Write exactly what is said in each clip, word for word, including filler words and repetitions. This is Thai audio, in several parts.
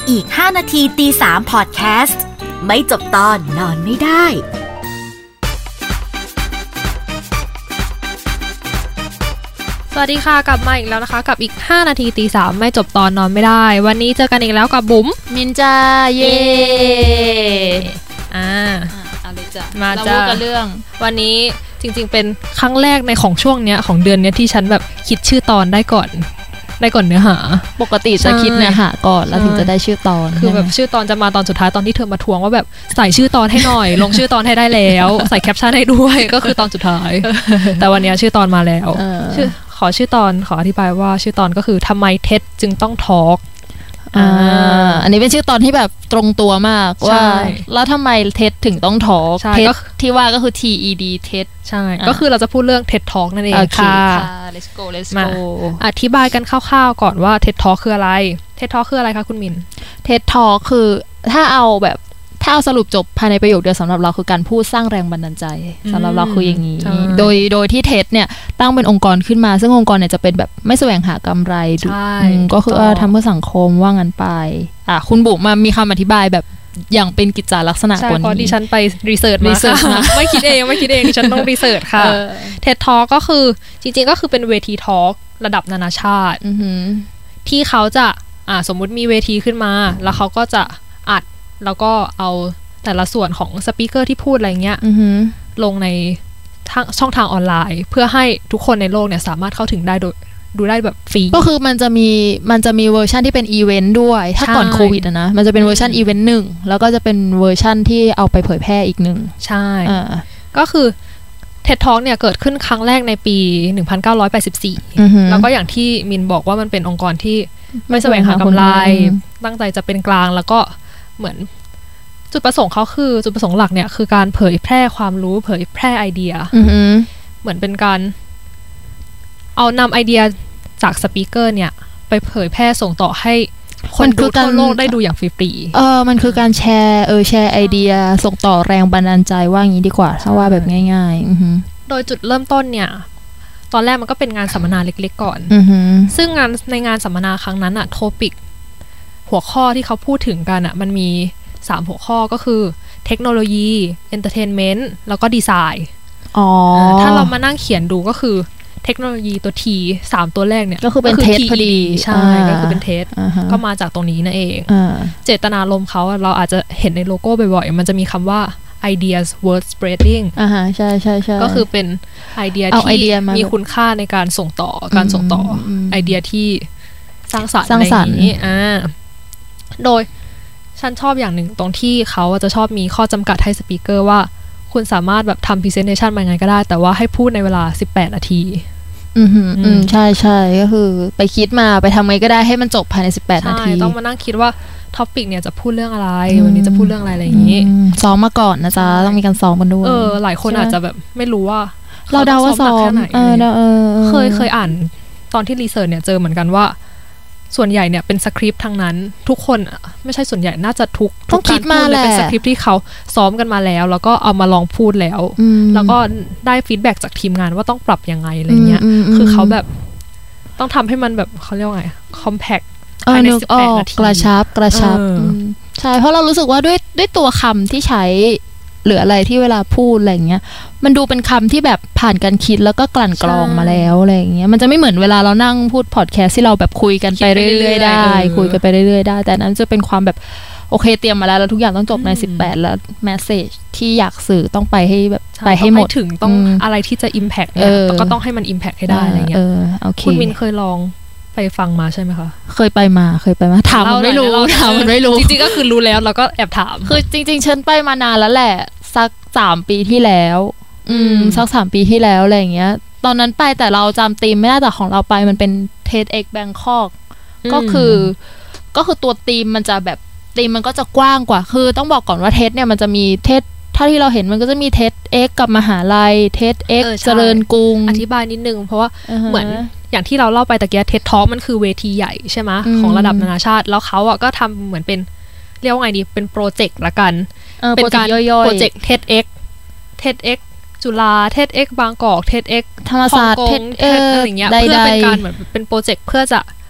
อีกห้านาทีตีสามพอดแคสต์ไม่จบตอนนอนไม่ได้สวัสดีค่ะกลับมาอีกแล้วนะคะกับอีกห้านาทีตีสามไม่จบตอนนอนไม่ได้วันนี้เจอกันอีกแล้วกับบุ๋มมินจ้าเย่อ่าอะไรจ้ะมาจ้าเราพูดกันเรื่องวันนี้จริงๆเป็นครั้งแรกในของช่วงเนี้ยของเดือนเนี้ยที่ฉันแบบคิดชื่อตอนได้ก่อนได้ก่อนเนื้อหาปกติจะคิดเนื้อหาก่อนแล้วถึงจะได้ชื่อตอนคือแบบชื่อตอนจะมาตอนสุดท้ายตอนที่เธอมาทวงว่าแบบใส่ชื่อตอนให้หน่อยลงชื่อตอนให้ได้แล้วใส่แคปชั่นให้ด้วยก็คือตอนสุดท้ายแต่วันนี้ชื่อตอนมาแล้วชื่อขอชื่อตอนขออธิบายว่าชื่อตอนก็คือทำไมเท็ดจึงต้องทอล์กอ่าอันนี้เป็นชื่อตอนที่แบบตรงตัวมากว่าแล้วทำไมเท็ดถึงต้องทอล์กเท็ดที่ว่าก็คือ ที อี ดี เท็ดใช่ก็คือเราจะพูดเรื่อง TED Talk นั่นเองค่ะ let's go let's go อธิบายกันคร่าวๆก่อนว่า TED Talk คืออะไร TED Talk คืออะไรคะคุณมิน TED Talk คือถ้าเอาแบบถ้าเอาสรุปจบภายในประโยคเดียวสำหรับเราคือการพูดสร้างแรงบันดาลใจสำหรับเราคืออย่างนี้โดยโดยที่ TED เนี่ยตั้งเป็นองค์กรขึ้นมาซึ่งองค์กรเนี่ยจะเป็นแบบไม่แสวงหากำไรก็คือทำเพื่อสังคมว่างั้นไปอ่ะคุณบุ๋มมามีคำอธิบายแบบอย่างเป็นกิจจาลักษณะกว่านี้ใช่เพราะดิฉันไปรีเสิร์ชมาไม่คิดเองไม่คิดเองดิฉันต้องรีเสิร์ชค่ะ TED Talk ก็คือจริงๆก็คือเป็นเวทีทอล์กระดับนานาชาติที่เขาจะอ่าสมมุติมีเวทีขึ้นมาแล้วเขาก็จะอัดแล้วก็เอาแต่ละส่วนของสปีกเกอร์ที่พูดอะไรเงี้ยลงในช่องทางออนไลน์เพื่อให้ทุกคนในโลกเนี่ยสามารถเข้าถึงได้โดยดูได้แบบฟรีก็คือมันจะมีมันจะมีเวอร์ชันที่เป็นอีเวนต์ด้วยถ้าก่อนโควิดนะมันจะเป็นเวอร์ชันอีเวนต์หนึ่งแล้วก็จะเป็นเวอร์ชันที่เอาไปเผยแพร่อีกหนึ่งใช่ก็คือ TED Talk เนี่ยเกิดขึ้นครั้งแรกในปีหนึ่งพันเก้าร้อยแปดสิบสี่แล้วก็อย่างที่มินบอกว่ามันเป็นองค์กรที่ไม่แสวงหากำไรตั้งใจจะเป็นกลางแล้วก็เหมือนจุดประสงค์เขาคือจุดประสงค์หลักเนี่ยคือการเผยแพร่ความรู้เผยแพร่ไอเดียเหมือนเป็นการเอานำไอเดียจากสปีกเกอร์เนี่ยไปเผยแพร่ส่งต่อให้คนดูทั่วโลกได้ดูอย่างฟรีๆเออมันคือการแชร์เออแชร์ไอเดียส่งต่อแรงบันดาลใจว่าอย่างนี้ดีกว่าถ้าว่าแบบง่ายๆโดยจุดเริ่มต้นเนี่ยตอนแรกมันก็เป็นงานสัมมนาเล็กๆก่อนซึ่งงานในงานสัมมนาครั้งนั้นอะโทปิกหัวข้อที่เขาพูดถึงกันอะมันมีสามหัวข้อก็คือเทคโนโลยีเอนเตอร์เทนเมนต์แล้วก็ดีไซน์อ๋อถ้าเรามานั่งเขียนดูก็คือเทคโนโลยีตัว T สามตัวแรกเนี่ยก็คือเป็นเทสพอดีใช่ก็คือเป็นเทสก็มาจากตรงนี้นั่นเองเจตนารมณ์เขาเราอาจจะเห็นในโลโก้บ่อยๆมันจะมีคำว่า ideas worth spreading อ่าฮะใช่ใช่ใช่ก็คือเป็นไอเดียที่มีคุณค่าในการส่งต่อการส่งต่อไอเดียที่สร้างสรรค์อะไรอย่างนี้อ่าโดยฉันชอบอย่างหนึ่งตรงที่เขาจะชอบมีข้อจำกัดให้สปีกเกอร์ว่าคุณสามารถแบบทำ presentation มาไงก็ได้แต่ว่าให้พูดในเวลาสิบแปดนาทีอืมอืมใช่ใช่ก็คือไปคิดมาไปทำไงก็ได้ให้มันจบภายในสิบแปดนาทีต้องมานั่งคิดว่าท็อปิกเนี่ยจะพูดเรื่องอะไรวันนี้จะพูดเรื่องอะไรอะไรอย่างนี้ซ้อมมาก่อนนะจ๊ะต้องมีการซ้อมกันด้วยเออหลายคนอาจจะแบบไม่รู้ว่าเราเดาว่าซ้อมเออเออเคยเคยอ่านตอนที่รีเสิร์ชเนี่ยเจอเหมือนกันว่าส่วนใหญ่เนี่ยเป็นสคริปต์ทั้งนั้นทุกคนไม่ใช่ส่วนใหญ่น่าจะทุกทุกการพูดเลยเป็นสคริปต์ที่เขาซ้อมกันมาแล้วแล้วก็เอามาลองพูดแล้วแล้วก็ได้ฟีดแบ็กจากทีมงานว่าต้องปรับยังไงอะไรเงี้ยคือเขาแบบต้องทำให้มันแบบเขาเรียกว่าไงคอมแพคภายในสิบแปดนาทีกระชับกระชับใช่เพราะเรารู้สึกว่าด้วยด้วยตัวคำที่ใช้หรืออะไรที่เวลาพูดอะไรเงี้ยมันดูเป็นคำที่แบบผ่านการคิดแล้วก็กลั่นกรองมาแล้วอะไรเงี้ยมันจะไม่เหมือนเวลาเรานั่งพูดพอดแคสต์ที่เราแบบคุยกันไปเรื่อยๆได้คุยกันไปเรื่อยๆได้แต่นั้นจะเป็นความแบบโอเคเตรียมมาแล้วแล้วทุกอย่างต้องจบในสิบแปดแล้วแมสเสจที่อยากสื่อต้องไปให้แบบไปให้หมดถึงต้องอะไรที่จะ impact เนี่ยก็ต้องให้มัน impact ให้ได้อะไรเงี้ยคุณมินเคยลองไปฟังมาใช่ไหมคะเคยไปมาเคยไปมาถามมันไม่รู้ถามมันไม่รู้จริงๆก็คือรู้แล้วเราก็แอบถามคือจริงๆฉันไปมานานแล้วแหละสักสามปีที่แล้วอืมสักสามปีที่แล้วอะไรอย่างเงี้ยตอนนั้นไปแต่เราจำธีมไม่ได้แต่ของเราไปมันเป็น TEDx Bangkok ก็คือก็คือตัวธีมมันจะแบบธีมมันก็จะกว้างกว่าคือต้องบอกก่อนว่า TED เนี่ยมันจะมี TED ถ้าที่เราเห็นมันก็จะมี TEDx กับมหาลัย TEDx เจริญกรุงอธิบายนิดนึงเพราะว่าเหมือนอย่างที่เราเล่าไปตะเกีย TED Talk มันคือเวทีใหญ่ใช่ไหมของระดับนานาชาติแล้วเขาอ่ะก็ทำเหมือนเป็นเรียกว่าไงดีเป็นโปรเจกต์ละกันเป็นการโปรเจกต์ TEDx TEDx จุฬา TEDx บางกอก TEDx ธรรมศาสตร์ TEDx อะไรอย่างเงี้ยเพื่อเป็นการเหมือนเป็นโปรเจกต์เพื่อจะ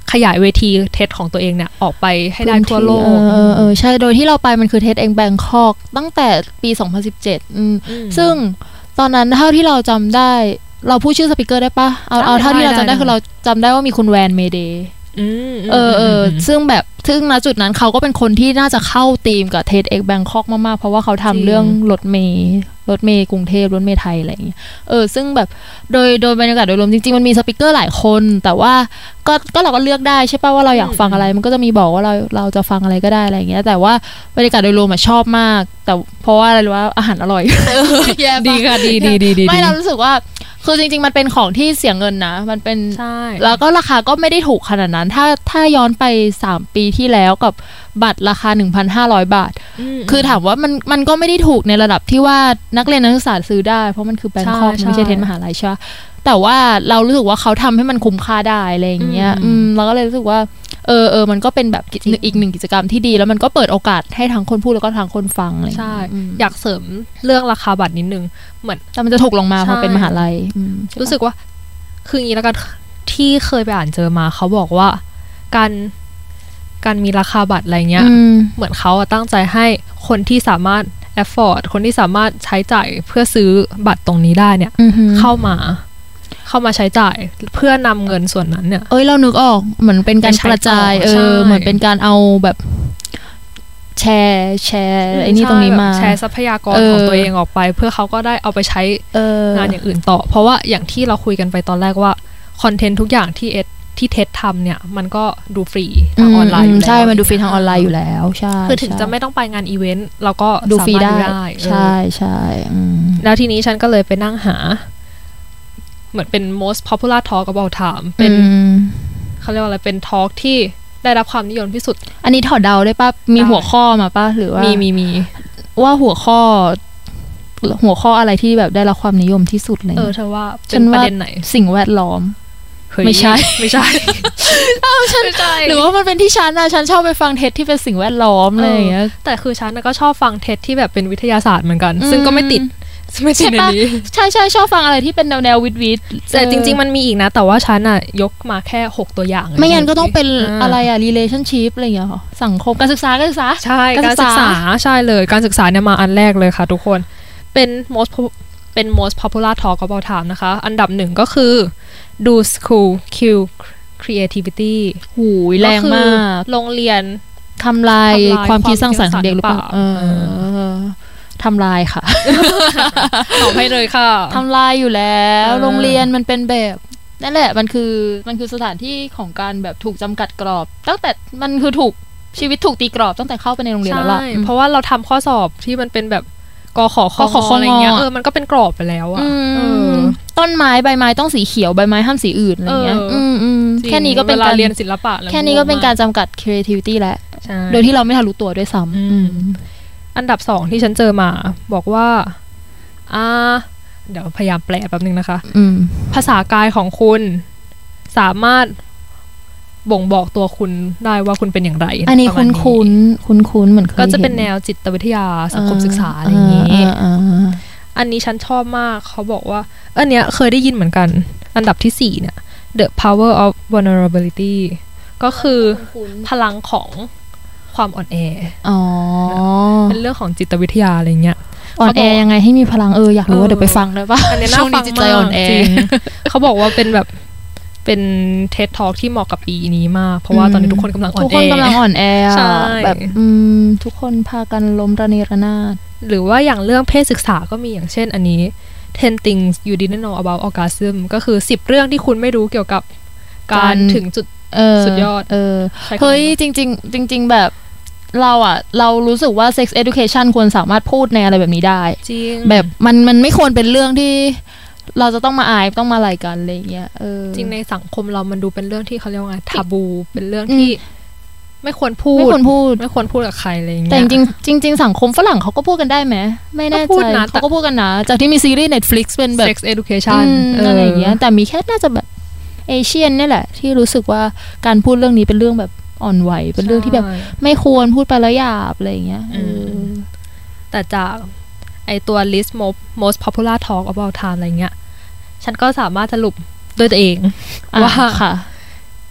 ขยายเวทีเท็ดของตัวเองเนี่ยออกไปให้ได้ทั่วโลกเออเออใช่โดยที่เราไปมันคือเท็ดเองแบงคอกตั้งแต่ปีสองพันสิบเจ็ดอืมซึ่งตอนนั้นเท่าที่เราจำได้เราพูดชื่อสปีกเกอร์ได้ปะเอาเอาเท่าที่เราจำได้คือเราจำได้ว่ามีคุณแวนเมเดย์เออเออซึ่งแบบซึ่งณจุดนั้นเขาก็เป็นคนที่น่าจะเข้าธีมกับเท็ดเอกแบงคอกมากๆเพราะว่าเขาทำเรื่องรถเมล์รถเมล์กรุงเทพรถเมล์ไทยอะไรอย่างเงี้ยเออซึ่งแบบโดยโดยบรรยากาศโดยรวมจริงๆมันมีสปีกเกอร์หลายคนแต่ว่าก็ก็เราก็เลือกได้ใช่ป่ะว่าเราอยากฟังอะไรมันก็จะมีบอกว่าเราเราจะฟังอะไรก็ได้อะไรอย่างเงี้ยแต่ว่าบรรยากาศโดยรวมชอบมากแต่เพราะว่าอะไรรู้ว่าอาหารอร่อยดีค่ะดีดีดีดีไม่เรารู้สึกว่าคือจริงๆมันเป็นของที่เสียเงินนะมันเป็นใช่แล้วก็ราคาก็ไม่ได้ถูกขนาดนั้นถ้าถ้าย้อนไปสามปีที่แล้วกับบัตรราคา หนึ่งพันห้าร้อย บาทคือถามว่ามันมันก็ไม่ได้ถูกในระดับที่ว่านักเรียนนักศึกษาซื้อได้เพราะมันคือแบงคอกไม่ใช่เทนมหาลัยใช่ไหมแต่ว่าเรารู้สึกว่าเขาทำให้มันคุ้มค่าได้อะไรอย่างเงี้ยอืมเราก็เลยรู้สึกว่าเออเออมันก็เป็นแบบอีกหนึ่งกิจกรรมที่ดีแล้วมันก็เปิดโอกาสให้ทั้งคนพูดแล้วก็ทั้งคนฟังเลยใช่อยากเสริมเรื่องราคาบัตรนิดนึงเหมือนแต่มันจะถูกลงมาเพราะเป็นมหาลัยรู้สึกว่าคืออย่างนี้แล้วกันที่เคยไปอ่านเจอมาเขาบอกว่าการการมีราคาบัตรอะไรเงี้ยเหมือนเขาตั้งใจให้คนที่สามารถ afford คนที่สามารถใช้จ่ายเพื่อซื้อบัตรตรงนี้ได้เนี่ยเข้ามาเข้ามาใช้จ่ายเพื่อนำเงินส่วนนั้นเนี่ยเอ้ยเรานึกออกเหมือนเป็นการกระจายเออเหมือนเป็นการเอาแบบแชร์แชร์ไอ้นี่ตรงนี้มาแชร์ทรัพยากรของตัวเองออกไปเพื่อเขาก็ได้เอาไปใช้งานอย่างอื่นต่อเพราะว่าอย่างที่เราคุยกันไปตอนแรกว่าคอนเทนต์ทุกอย่างที่เอที่เท็ดทำเนี่ยมันก็ดูฟรีทางออนไลน์อยู่แล้วใช่มันดูฟรีทางออนไลน์อยู่แล้วใช่คือถึงจะไม่ต้องไปงานอีเวนต์เราก็ดูฟรีได้ใช่ใช่แล้วทีนี้ฉันก็เลยไปนั่งหาเหมือนเป็น most popular talk about time เป็นเขาเรียกว่าอะไรเป็น talk ที่ได้รับความนิยมที่สุดอันนี้ถอดเดาได้ป่ะมีหัวข้อมาป่ะหรือว่ามีมีมีว่าหัวข้อหัวข้ออะไรที่แบบได้รับความนิยมที่สุดเลยเออเธอว่าเป็นประเด็นไหนสิ่งแวดล้อมไม่ใช่ไม่ใช่เอ้าฉันหรือว่ามันเป็นที่ฉันนะฉันชอบไปฟังเทสที่เป็นสิ่งแวดล้อมอะไรอย่างเงี้ยแต่คือฉันก็ชอบฟังเทสที่แบบเป็นวิทยาศาสตร์เหมือนกันซึ่งก็ไม่ติดไม่ติดอันนี้ใช่ใช่ชอบฟังอะไรที่เป็นแนวแนววิทย์วิทย์แต่จริงๆมันมีอีกนะแต่ว่าฉันอ่ะยกมาแค่หกตัวอย่างไม่งั้นก็ต้องเป็นอะไรอะ relationship อะไรอย่างเงี้ยสังคมการศึกษาการศึกษาใช่การศึกษาใช่เลยการศึกษาเนี่ยมาอันแรกเลยค่ะทุกคนเป็น most เป็น most popular talk about time นะคะอันดับหนึ่งก็คือดู school kill creativity หูยแรงมากโรงเรียนทำลายความคิดสร้างสรรค์ของเด็กหรือเปล่าทำลายค่ะตอบให้เลยค่ะทำลายอยู่แล้วโรงเรียนมันเป็นแบบนั่นแหละมันคือมันคือสถานที่ของการแบบถูกจำกัดกรอบตั้งแต่มันคือถูกชีวิตถูกตีกรอบตั้งแต่เข้าไปในโรงเรียนแล้วล่ะเพราะว่าเราทำข้อสอบที่มันเป็นแบบกขคขอะไรเงี้ยเออมันก็เป็นกรอบไปแล้วอ่ะต้นไม้ใบไม้ต้องสีเขียวใบไม้ห้ามสีอื่นอะไรเงี้ยแค่นี้ก็เป็นการเรียนศิลปะแค่นี้ก็เป็นการจำกัด creativity แล้วโดยที่เราไม่ทันรู้ตัวด้วยซ้ำอันดับสองที่ฉันเจอมาบอกว่าอ่าเดี๋ยวพยายามแปลแป๊บนึงนะคะภาษากายของคุณสามารถบ่งบอกตัวคุณได้ว่าคุณเป็นอย่างไรอันนี้คุ้นคุ้นคุ้นคุ้นเหมือนก็จะเป็นแนวจิตวิทยาสังคมศึกษาอะไรอย่างนี้อันนี้ฉันชอบมากเขาบอกว่าอันเนี้ยเคยได้ยินเหมือนกันอันดับที่สี่เนี่ย the power of vulnerability ก็คือพลังของความอ่อนแออ๋อเป็นเรื่องของจิตวิทยาอะไรเงี้ยอ่อนแอยังไงให้มีพลังเอออยากรู้ว่าเดี๋ยวไปฟังเลยป่ะอันนี้น่าฟังมากจริงเขาบอกว่าเป็นแบบเป็นเท็ดทอล์กที่เหมาะกับปีนี้มากเพราะว่าตอนนี้ทุกคนกำลังอ่อนแอทุกคนกำลังอ่อนแอแบบทุกคนพากันล้มระเนระนาดหรือว่าอย่างเรื่องเพศศึกษาก็มีอย่างเช่นอันนี้ ten things you didn't know about orgasm ก็คือสิบเรื่องที่คุณไม่รู้เกี่ยวกับการถึงจุดสุดยอดเออเฮ้ยจริงๆจริงๆแบบเราอ่ะเรารู้สึกว่า sex education ควรสามารถพูดในอะไรแบบนี้ได้จริงแบบมันมันไม่ควรเป็นเรื่องที่เราจะต้องมาอายต้องมาอะไรกันอะไรเงี้ยเออจริงในสังคมเรามันดูเป็นเรื่องที่เขาเรียกว่าทาบูเป็นเรื่องที่ไม่ควรพูดไม่ควรพูดไม่ควรพูดกับใครอะไรเงี้ยแต่จริงจริงจริงสังคมฝรั่งเขาก็พูดกันได้ไหมไม่แน่ใจเขาก็พูดกันนะจากที่มีซีรีส์ Netflix เป็นแบบ sex education อะไรอย่างเงี้ยแต่มีแค่น่าจะแบบเอเชียนนี่แหละที่รู้สึกว่าการพูดเรื่องนี้เป็นเรื่องแบบอ่อนไหวเป็นเรื่องที่แบบไม่ควรพูดไปแล้วหยาบอะไรอย่างเงี้ยแต่จากไอตัว list most popular talk about time อะไรเงี้ยฉันก็สามารถสรุปด้วยตัวเองว่า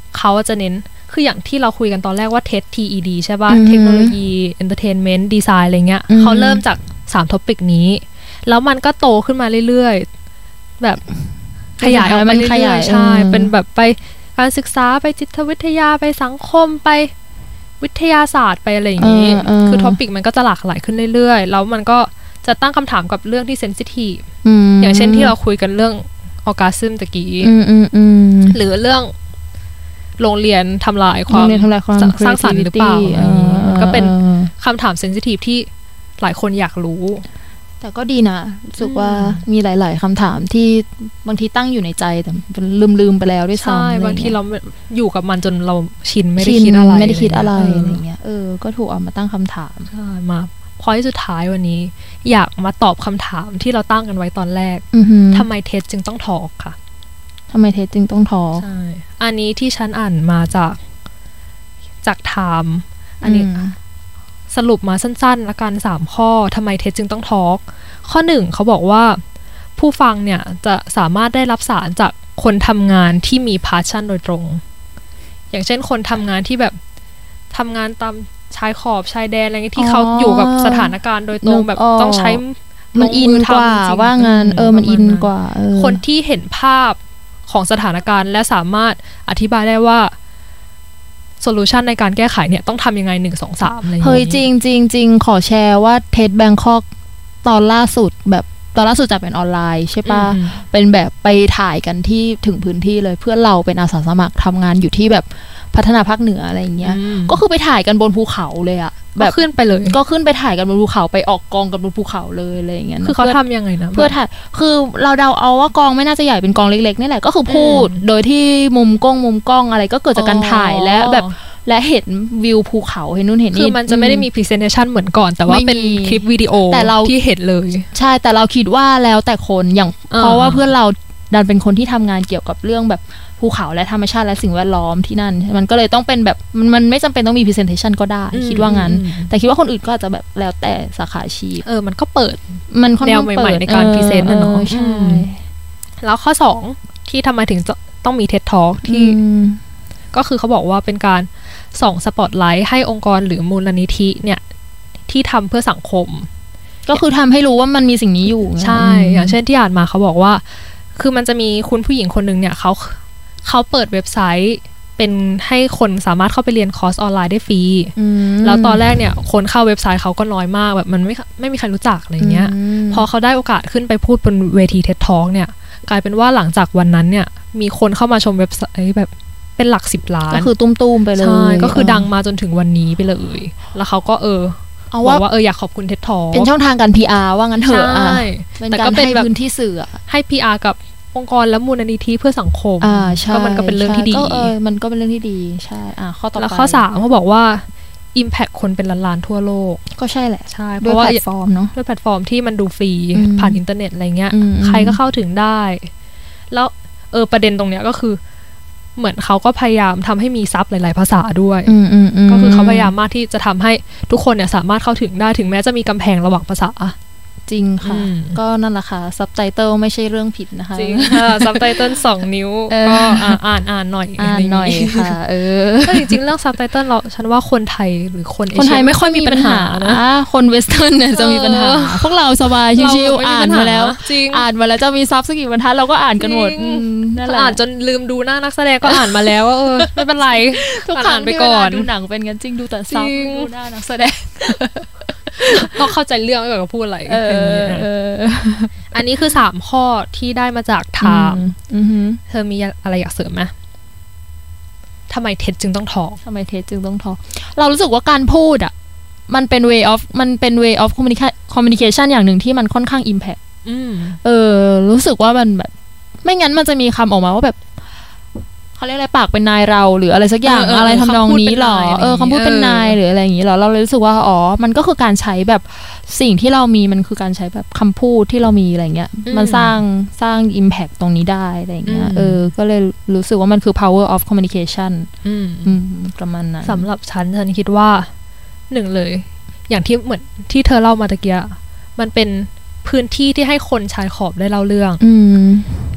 เขาจะเน้นคืออย่างที่เราคุยกันตอนแรกว่าเท ที อี ดี ใช่ป่ะเทคโนโลยีเอนเตอร์เทนเมนต์ดีไซน์อะไรเงี้ยเขาเริ่มจากสามท็อปิกนี้แล้วมันก็โตขึ้นมาเรื่อยๆแบบขยายออกมาเรื่อยๆใช่เป็นแบบไปการศึกษาไปจิตวิทยาไปสังคมไปวิทยาศาสตร์ไปอะไรอย่างนี้คือท็อปิกมันก็จะหลากหลายขึ้นเรื่อยๆแล้วมันก็จะตั้งคำถามกับเรื่องที่เซนซิทีฟอย่างเช่นที่เราคุยกันเรื่องออร์กาซึมตะกี้หรือเรื่องโรงเรียนทำลายความสร้างสรรค์หรือเปล่าก็เป็นคำถามเซนซิทีฟที่หลายคนอยากรู้แต่ก็ดีนะรู้สึกว่ามีหลายๆคำถามที่บางทีตั้งอยู่ในใจแต่ลืมๆไปแล้วด้วยซ้ำใช่บางทีเราอยู่กับมันจนเราชินไม่ได้คิดอะไรไม่ได้คิดอะไรอะไรเงี้ยเออก็ถูกเอามาตั้งคำถามใช่มาพอยต์สุดท้ายวันนี้อยากมาตอบคำถามที่เราตั้งกันไว้ตอนแรกทำไมเท็จจึงต้องทอล์กค่ะทำไมเท็จจึงต้องทอล์กใช่อันนี้ที่ฉันอ่านมาจากจากไทม์อันนี้สรุปมาสั้นๆละกันสามข้อทำไมเท็จจึงต้องทอล์กข้อหนึ่งเขาบอกว่าผู้ฟังเนี่ยจะสามารถได้รับสารจากคนทำงานที่มีพาชั่นโดยตรงอย่างเช่นคนทำงานที่แบบทำงานตามชายขอบชายแดนอะไรเงี้ยที่เขาอยู่กับสถานการณ์โดยตรงแบบต้องใช้มันอินกว่าว่างานเออมันอินกว่าคนที่เห็นภาพของสถานการณ์และสามารถอธิบายได้ว่าโซลูชันในการแก้ไขเนี่ยต้องทำยังไงหนึ่งสองสามอะไรอย่างเงี้ยเฮ้ยจริงจริงจริงขอแชร์ว่าเทสแบงคอกตอนล่าสุดแบบตอนล่าสุดจะเป็นออนไลน์ใช่ปะเป็นแบบไปถ่ายกันที่ถึงพื้นที่เลยเพื่อนเราเป็นอาสาสมัครทำงานอยู่ที่แบบพัฒนาภาคเหนืออะไรอย่างเงี้ยก็คือไปถ่ายกันบนภูเขาเลยอะแบบขึ้นไปเลยก็ขึ้นไปถ่ายกันบนภูเขาไปออกกองกันบนภูเขาเลยอะไรอย่างเงี้ยคือเขาทำยังไงนะเพื่อถ่ายคือเราเดาเอาว่ากองไม่น่าจะใหญ่เป็นกองเล็กๆนี่แหละก็คือพูดโดยที่มุมกล้องมุมกล้องอะไรก็เกิดจากการถ่ายและแบบและเห็นวิวภูเขาเห็นนู่นเห็นนี่คือมันจะไม่ได้มี presentation เหมือนก่อนแต่ว่าเป็นคลิปวิดีโอแต่เราที่เห็นเลยใช่แต่เราคิดว่าแล้วแต่คนอย่างเพราะว่าเพื่อนเราดันเป็นคนที่ทำงานเกี่ยวกับเรื่องแบบภูเขาและธรรมชาติและสิ่งแวดล้อมที่นั่นมันก็เลยต้องเป็นแบบมันมันไม่จำเป็นต้องมี presentation ก็ได้คิดว่างั้นแต่คิดว่าคนอื่นก็อาจจะแบบแล้วแต่สาขาอาชีพเออมันก็เปิดมันแนวใหม่ๆในการ present นะเนาะใช่แล้วข้อสองที่ทำไมถึงต้องมี TED Talk ที่ก็คือเขาบอกว่าเป็นการส่องสปอตไลท์ให้องค์กรหรือมูลนิธิเนี่ยที่ทำเพื่อสังคมก็คือทำให้รู้ว่ามันมีสิ่งนี้อยู่ใช่อย่างเช่นที่อ่านมาเขาบอกว่าคือมันจะมีคุณผู้หญิงคนนึงเนี่ยเขาเขาเปิดเว็บไซต์เป็นให้คนสามารถเข้าไปเรียนคอร์สออนไลน์ได้ฟรีแล้วตอนแรกเนี่ยคนเข้าเว็บไซต์เขาก็น้อยมากแบบมันไม่ไม่มีใครรู้จักอะไรเงี้ยพอเขาได้โอกาสขึ้นไปพูดบนเวที TED Talk เนี่ยกลายเป็นว่าหลังจากวันนั้นเนี่ยมีคนเข้ามาชมเว็บไซต์แบบเป็นหลักสิบล้านก็คือตุ้มๆไปเลยใช่ก็คือดังมาจนถึงวันนี้ไปเลยแล้วเขาก็เออเอาว่าว่าเอออยากขอบคุณ TED Talk เป็นช่องทางการ พี อาร์ ว่างั้นเถอะอ่ะแต่ก็เป็นพื้นที่สื่อให้ พี อาร์ กับองค์กรและมูลนิธิเพื่อสังคมก็มันก็เป็นเรื่องที่ดีเออมันก็เป็นเรื่องที่ดีใช่อ่ะข้อต่อไปแล้วข้อสามเขาบอกว่า impact คนเป็นล้านๆทั่วโลกก็ใช่แหละใช่เพราะว่าแพลตฟอร์มเนาะด้วยแพลตฟอร์มที่มันดูฟรีผ่านอินเทอร์เน็ตอะไรเงี้ยใครก็เข้าถึงได้แล้วเออประเด็นตรงเนี้ยก็คือเหมือนเขาก็พยายามทำให้มีซับหลายๆภาษาด้วยก็คือเขาพยายามมากที่จะทำให้ทุกคนเนี่ยสามารถเข้าถึงได้ถึงแม้จะมีกำแพงระหว่างภาษาจริงค่ะก็นั่นแหละค่ะซับไตเติลไม่ใช่เรื่องผิดนะคะจริงค่ะซับไตเติลสองนิ้วก็อ่านอ่านหน่อยอ่านหน่อยค่ะเออก็จริงๆเรื่องซับไตเติลเราฉันว่าคนไทยหรือคนเอเชียไม่ค่อยมีปัญหานะคนเวสเทิร์นเนี่ยจะมีปัญหาพวกเราสบายชิวๆอ่านมาแล้วอ่านมาแล้วจะมีซับสักกี่บรรทัดเราก็อ่านกันหมดนั่นแหละอ่านจนลืมดูหน้านักแสดงก็อ่านมาแล้วว่าเออไม่เป็นไรทุกครั้งที่เวลาดูหนังเป็นงั้นจริงดูแต่ซับดูหน้านักแสดงก็เข้าใจเรื่องไม่แบบว่าพูดอะไรอันนี้คือสามข้อที่ได้มาจากไทม์เธอมีอะไรอยากเสริมไหมทำไมเท็จจึงต้องทอทำไมเท็จจึงต้องทอเรารู้สึกว่าการพูดอ่ะมันเป็น way of มันเป็น way of communication อย่างหนึ่งที่มันค่อนข้าง impact เออรู้สึกว่ามันแบบไม่งั้นมันจะมีคำออกมาว่าแบบเขาเรียกอะไรปากเป็นนายเราหรืออะไรสักอย่างอะไรทำนองนี้หรอเออคำพูดเป็นนายหรืออะไรอย่างนี้หรอเราเลยรู้สึกว่าอ๋อมันก็คือการใช้แบบสิ่งที่เรามีมันคือการใช้แบบคำพูดที่เรามีอะไรเงี้ยมันสร้างสร้าง impact ตรงนี้ได้อะไรอย่างเงี้ยเออก็เลยรู้สึกว่ามันคือ power of communication อืมประมาณนั้นสำหรับฉันฉันคิดว่าหนึ่งเลยอย่างที่เหมือนที่เธอเล่ามาตะเกียมันเป็นพื้นที่ที่ให้คนชายขอบได้เล่าเรื่อง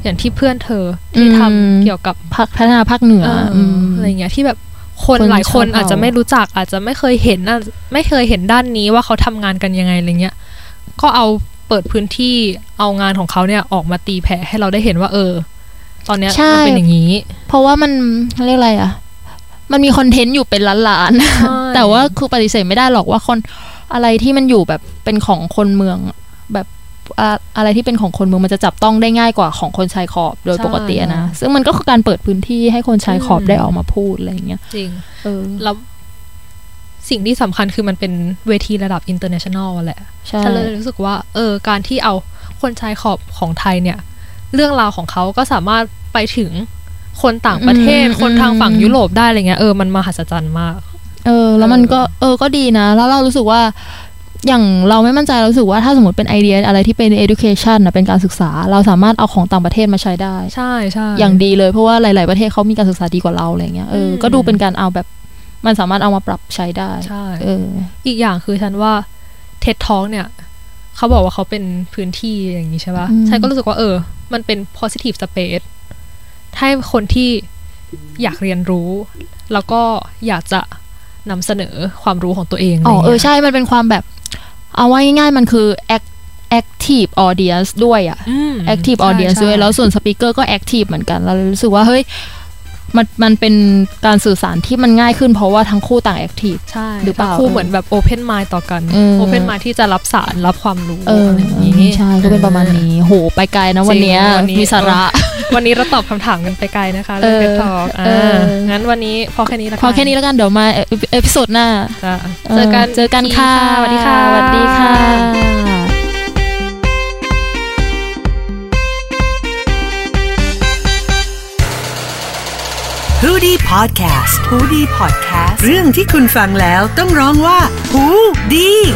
อย่างที่เพื่อนเธอที่ทำเกี่ยวกับภาคพัฒนาภาคเหนืออะไรเงี้ยที่แบบคนหลายคนอาจจะไม่รู้จักอาจจะไม่เคยเห็นไม่เคยเห็นด้านนี้ว่าเขาทำงานกันยังไงอะไรเงี้ยก็เอาเปิดพื้นที่เอางานของเขาเนี่ยออกมาตีแผ่ให้เราได้เห็นว่าเออตอนเนี้ยมันเป็นอย่างนี้เพราะว่ามันเรียกอะไรอ่ะมันมีคอนเทนต์อยู่เป็นล้านๆแต่ว่าคือปฏิเสธไม่ได้หรอกว่าคนอะไรที่มันอยู่แบบเป็นของคนเมืองแบบอะไรที่เป็นของคนเมืองมันจะจับต้องได้ง่ายกว่าของคนชายขอบโดยปกตินะซึ่งมันก็คือการเปิดพื้นที่ให้คนชายขอบได้ออกมาพูดอะไรอย่างเงี้ยจริงเออแล้วสิ่งที่สำคัญคือมันเป็นเวทีระดับ international แหละฉันเลยรู้สึกว่าเออการที่เอาคนชายขอบของไทยเนี่ยเรื่องราวของเขาก็สามารถไปถึงคนต่างประเทศคนทางฝั่งยุโรปได้อะไรเงี้ยเออมันมหัศจรรย์มากเออแล้วมันก็เออก็ดีนะแล้วเรารู้สึกว่าอย่างเราไม่มั่นใจเรารู้สึกว่าถ้าสมมติเป็นไอเดียอะไรที่เป็น education นะเป็นการศึกษาเราสามารถเอาของต่างประเทศมาใช้ได้ใช่ใช่อย่างดีเลยเพราะว่าหลายๆประเทศเขามีการศึกษาดีกว่าเราอะไรเงี้ยเออก็ดูเป็นการเอาแบบมันสามารถเอามาปรับใช้ได้ใช่เอออีกอย่างคือฉันว่า TED Talk เนี่ยเขาบอกว่าเขาเป็นพื้นที่อย่างนี้ใช่ป่ะฉันก็รู้สึกว่าเออมันเป็น positive space ให้คนที่อยากเรียนรู้แล้วก็อยากจะนำเสนอความรู้ของตัวเองอ๋อเออใช่มันเป็นความแบบเอาว่าง่ายๆมันคือ active audience ด้วยอ่ะ active audience ด้วยแล้วส่วน speaker ก็ active เหมือนกันเรารู้สึกว่าเฮ้ยมันมันเป็นการสื่อสารที่มันง่ายขึ้นเพราะว่าทั้งคู่ต่าง active ใช่หรือเปล่าคู่เหมือนแบบ open mind ต่อกัน open mind ที่จะรับสารรับความรู้อะไรอย่างนี้ใช่ก็เป็นประมาณนี้โหไปไกลนะวันนี้มีสาระวันนี้เราตอบคำถามกันไปไกลนะคะเรื่อง TED Talk อ่างั้นวันนี้พอแค่นี้แล้วกันพอแค่นี้แล้วกันเดี๋ยวมาเอพิโซดหน้าเจอกันเจอกันค่ะสวัสดีค่ะสวัสดีค่ะฮูดี้พอดแคสต์ฮูดี้พอดแคสต์เรื่องที่คุณฟังแล้วต้องร้องว่าฮูดี้